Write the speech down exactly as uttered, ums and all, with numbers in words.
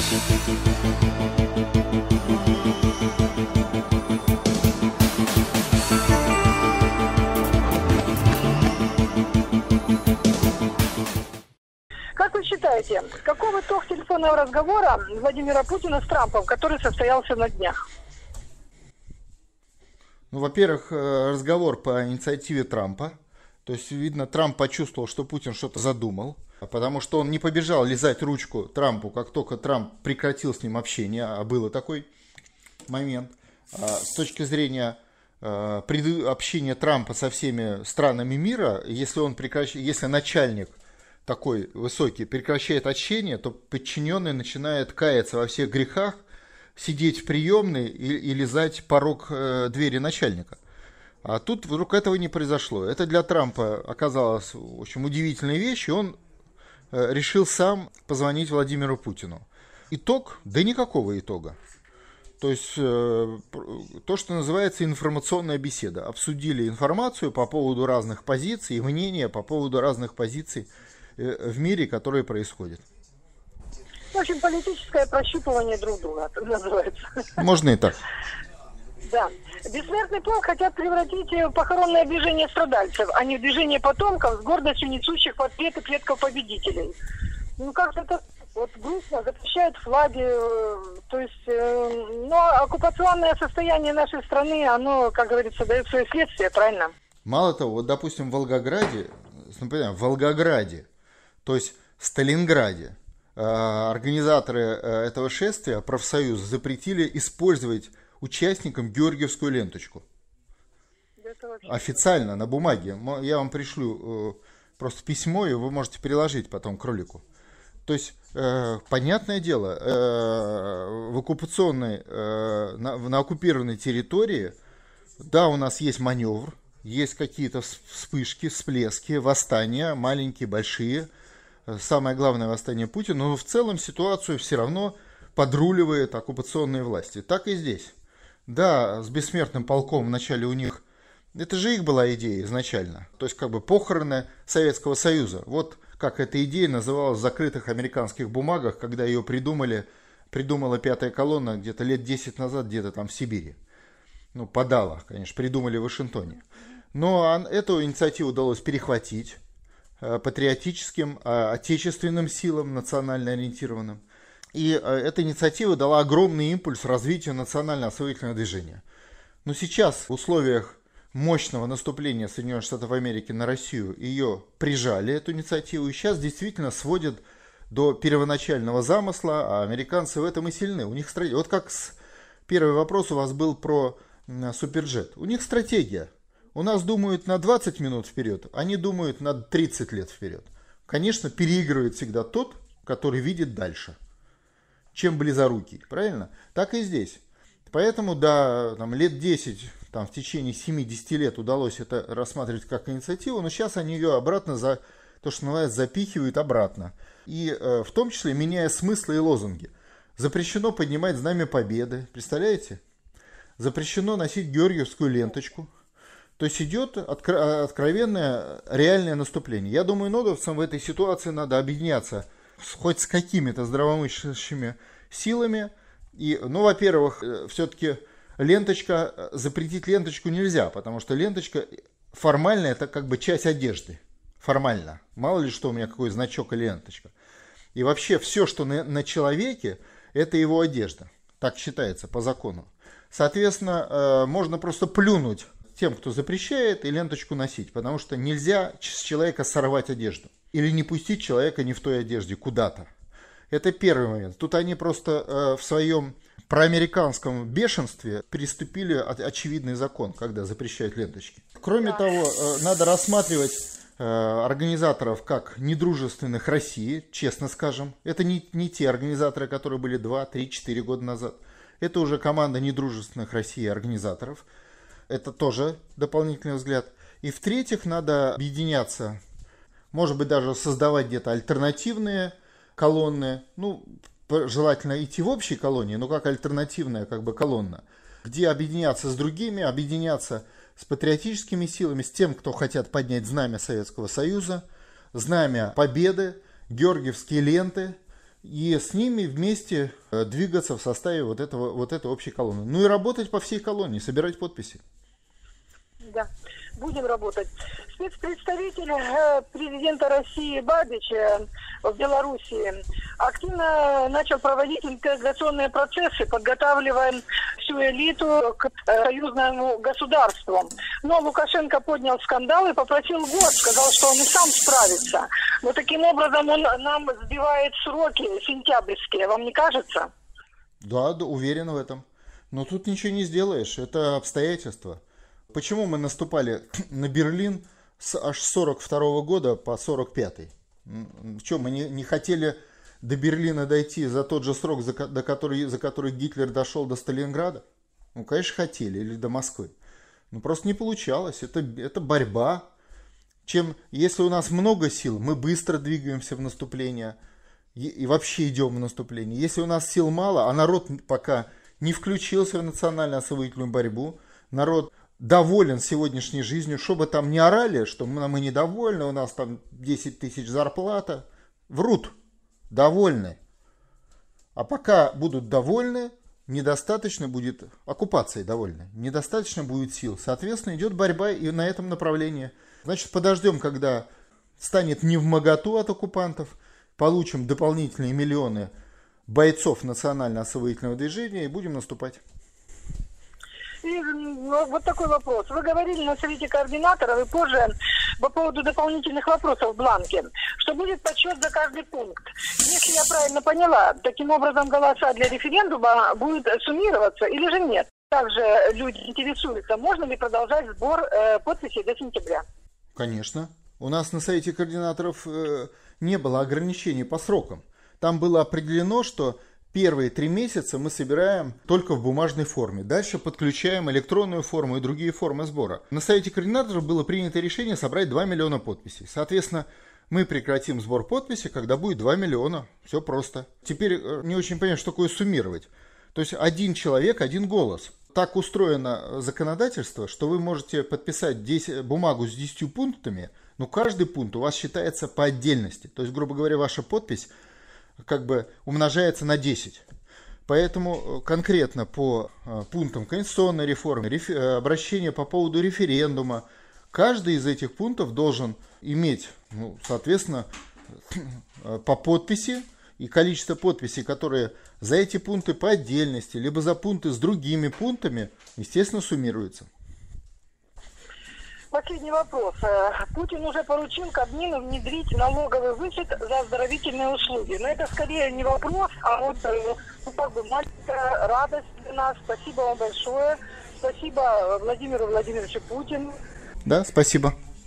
Как вы считаете, каков итог телефонного разговора Владимира Путина с Трампом, который состоялся на днях? Ну, во-первых, разговор по инициативе Трампа. То есть, видно, Трамп почувствовал, что Путин что-то задумал, потому что он не побежал лизать ручку Трампу, как только Трамп прекратил с ним общение, а был такой момент. С точки зрения общения Трампа со всеми странами мира, если, он прекращ... если начальник такой высокий прекращает общение, то подчиненный начинает каяться во всех грехах, сидеть в приемной и, и лизать порог э, двери начальника. А тут вдруг этого не произошло. Это для Трампа оказалось, в общем, удивительной вещью. Он э, решил сам позвонить Владимиру Путину. Итог? Да никакого итога. То есть э, то, что называется информационная беседа. Обсудили информацию по поводу разных позиций и мнения по поводу разных позиций в мире, которые происходят. В общем, политическое прощупывание друг друга, это называется. Можно и так. Да. Бессмертный полк хотят превратить в похоронное движение страдальцев, а не в движение потомков с гордостью несущих портреты предков победителей. Ну, как-то это вот грустно, запрещают флаги, то есть, э, но оккупационное состояние нашей страны, оно, как говорится, дает свои следствия, правильно? Мало того, вот, допустим, в Волгограде, например, в Волгограде, то есть в Сталинграде, организаторы этого шествия, профсоюз, запретили использовать участникам георгиевскую ленточку. Официально, на бумаге. Я вам пришлю просто письмо, и вы можете переложить потом к ролику. То есть, понятное дело, в оккупационной, на, на оккупированной территории, да, у нас есть маневр, есть какие-то вспышки, всплески, восстания, маленькие, большие. Самое главное восстание Путина, но в целом ситуацию все равно подруливает оккупационные власти. Так и здесь. Да, с бессмертным полком вначале у них, это же их была идея изначально. То есть как бы похороны Советского Союза. Вот как эта идея называлась в закрытых американских бумагах, когда ее придумали, придумала пятая колонна где-то лет десять назад, где-то там в Сибири. Ну, подала, конечно, придумали в Вашингтоне. Но эту инициативу удалось перехватить патриотическим, отечественным силам, национально ориентированным. И эта инициатива дала огромный импульс развитию национально-освоительного движения. Но сейчас в условиях мощного наступления Соединенных Штатов Америки на Россию ее прижали, эту инициативу, и сейчас действительно сводят до первоначального замысла, а американцы в этом и сильны. У них стратегия. Вот как с... первый вопрос у вас был про суперджет. У них стратегия. У нас думают на двадцать минут вперед, они думают на тридцать лет вперед. Конечно, переигрывает всегда тот, который видит дальше, чем близорукий, правильно? Так и здесь. Поэтому, да, там, лет десять, там, в течение семь-десять лет удалось это рассматривать как инициативу, но сейчас они ее обратно, за то, что называется, запихивают обратно. И э, в том числе меняя смыслы и лозунги. Запрещено поднимать знамя победы, представляете? Запрещено носить георгиевскую ленточку. То есть идет откро- откровенное реальное наступление. Я думаю, нодовцам в этой ситуации надо объединяться с, хоть с какими-то здравомыслящими силами. И, ну, во-первых, все-таки ленточка, запретить ленточку нельзя, потому что ленточка формально это как бы часть одежды. Формально. Мало ли что у меня какой значок или ленточка. И вообще все, что на, на человеке, это его одежда. Так считается по закону. Соответственно, можно просто плюнуть тем, кто запрещает, и ленточку носить, потому что нельзя с человека сорвать одежду или не пустить человека не в той одежде куда-то. Это первый момент. Тут они просто э, в своем проамериканском бешенстве переступили очевидный закон, когда запрещают ленточки. Кроме да. того, э, надо рассматривать э, организаторов как недружественных России, честно скажем. Это не, не те организаторы, которые были два, три, четыре года назад. Это уже команда недружественных России организаторов. Это тоже дополнительный взгляд. И в-третьих, надо объединяться, может быть, даже создавать где-то альтернативные колонны. Ну, желательно идти в общей колонии, но как альтернативная как бы колонна, где объединяться с другими, объединяться с патриотическими силами, с тем, кто хотят поднять знамя Советского Союза, знамя Победы, георгиевские ленты и с ними вместе двигаться в составе вот, этого, вот этой общей колонны. Ну и работать по всей колонии, собирать подписи. Да, будем работать. Спецпредставитель э, президента России Бабич э, в Белоруссии активно начал проводить интеграционные процессы, подготавливая всю элиту к э, союзному государству. Но Лукашенко поднял скандал и попросил год, сказал, что он и сам справится. Но таким образом он нам сбивает сроки сентябрьские, вам не кажется? Да, да, уверен в этом. Но тут ничего не сделаешь, это обстоятельства. Почему мы наступали на Берлин с аж сорок второго года по сорок пятый? Что, мы не, не хотели до Берлина дойти за тот же срок, за, до который, за который Гитлер дошел до Сталинграда? Ну, конечно, хотели, или до Москвы. Но просто не получалось, это, это борьба. Чем, если у нас много сил, мы быстро двигаемся в наступление и, и вообще идем в наступление. Если у нас сил мало, а народ пока не включился в национально-освободительную борьбу, народ доволен сегодняшней жизнью, чтобы там не орали, что мы, мы недовольны, у нас там десять тысяч зарплата. Врут, довольны. А пока будут довольны, недостаточно будет, оккупации довольны, недостаточно будет сил. Соответственно, идет борьба и на этом направлении. Значит, подождем, когда станет невмоготу от оккупантов, получим дополнительные миллионы бойцов национально-освободительного движения и будем наступать. И вот такой вопрос. Вы говорили на совете координаторов и позже по поводу дополнительных вопросов в бланке, что будет подсчет за каждый пункт. Если я правильно поняла, таким образом голоса для референдума будут суммироваться или же нет? Также люди интересуются, можно ли продолжать сбор э, подписей до сентября? Конечно. У нас на совете координаторов э, не было ограничений по срокам. Там было определено, что первые три месяца мы собираем только в бумажной форме. Дальше подключаем электронную форму и другие формы сбора. На совете координаторов было принято решение собрать два миллиона подписей. Соответственно, мы прекратим сбор подписей, когда будет два миллиона. Все просто. Теперь не очень понятно, что такое суммировать. То есть один человек, один голос. Так устроено законодательство, что вы можете подписать десять, бумагу с десятью пунктами, но каждый пункт у вас считается по отдельности. То есть, грубо говоря, ваша подпись как бы умножается на десять. Поэтому конкретно по пунктам конституционной реформы, обращения по поводу референдума, каждый из этих пунктов должен иметь, ну, соответственно, по подписи и количество подписей, которые за эти пункты по отдельности, либо за пункты с другими пунктами, естественно, суммируются. Последний вопрос. Путин уже поручил Кабмину внедрить налоговый вычет за оздоровительные услуги. Но это скорее не вопрос, а вот ну, как бы маленькая радость для нас. Спасибо вам большое. Спасибо Владимиру Владимировичу Путину. Да, спасибо.